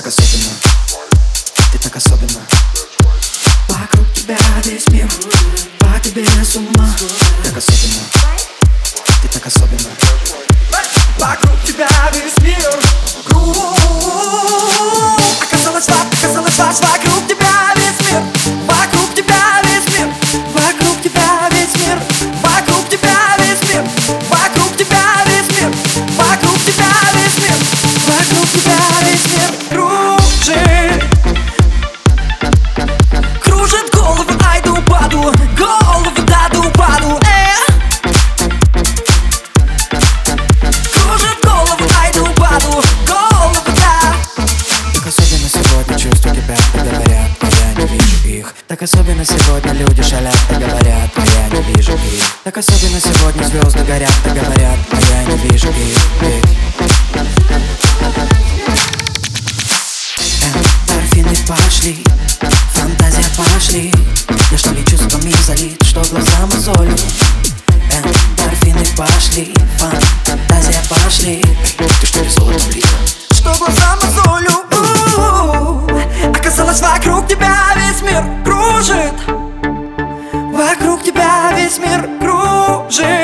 особенна, ты так особенна. Вокруг тебя весь мир, по тебе с ума. Так особенна, ты так особенна. Вокруг тебя весь мир, оказалось вокруг тебя весь мир. Вокруг тебя весь мир, вокруг тебя весь мир. Вокруг тебя весь мир, вокруг тебя весь мир. Вокруг тебя весь мир, вокруг тебя весь мир. Кружит голову, айду паду, голову даду паду. Кружит голову, айду паду, голову да. Так особенно сегодня чувства кипят и говорят, а я не вижу их. Так особенно сегодня люди шалят и говорят, а я не вижу их. Так особенно сегодня звезды горят и говорят, а я не вижу их. Эндорфины пошли, фантазия пошли. Я что ли чувствами залит, что глаза мозолю. Эндорфины пошли, фантазия пошли. Ты что ли золото влита, что глаза мозолю. Оказалось вокруг тебя весь мир кружит. Вокруг тебя весь мир кружит.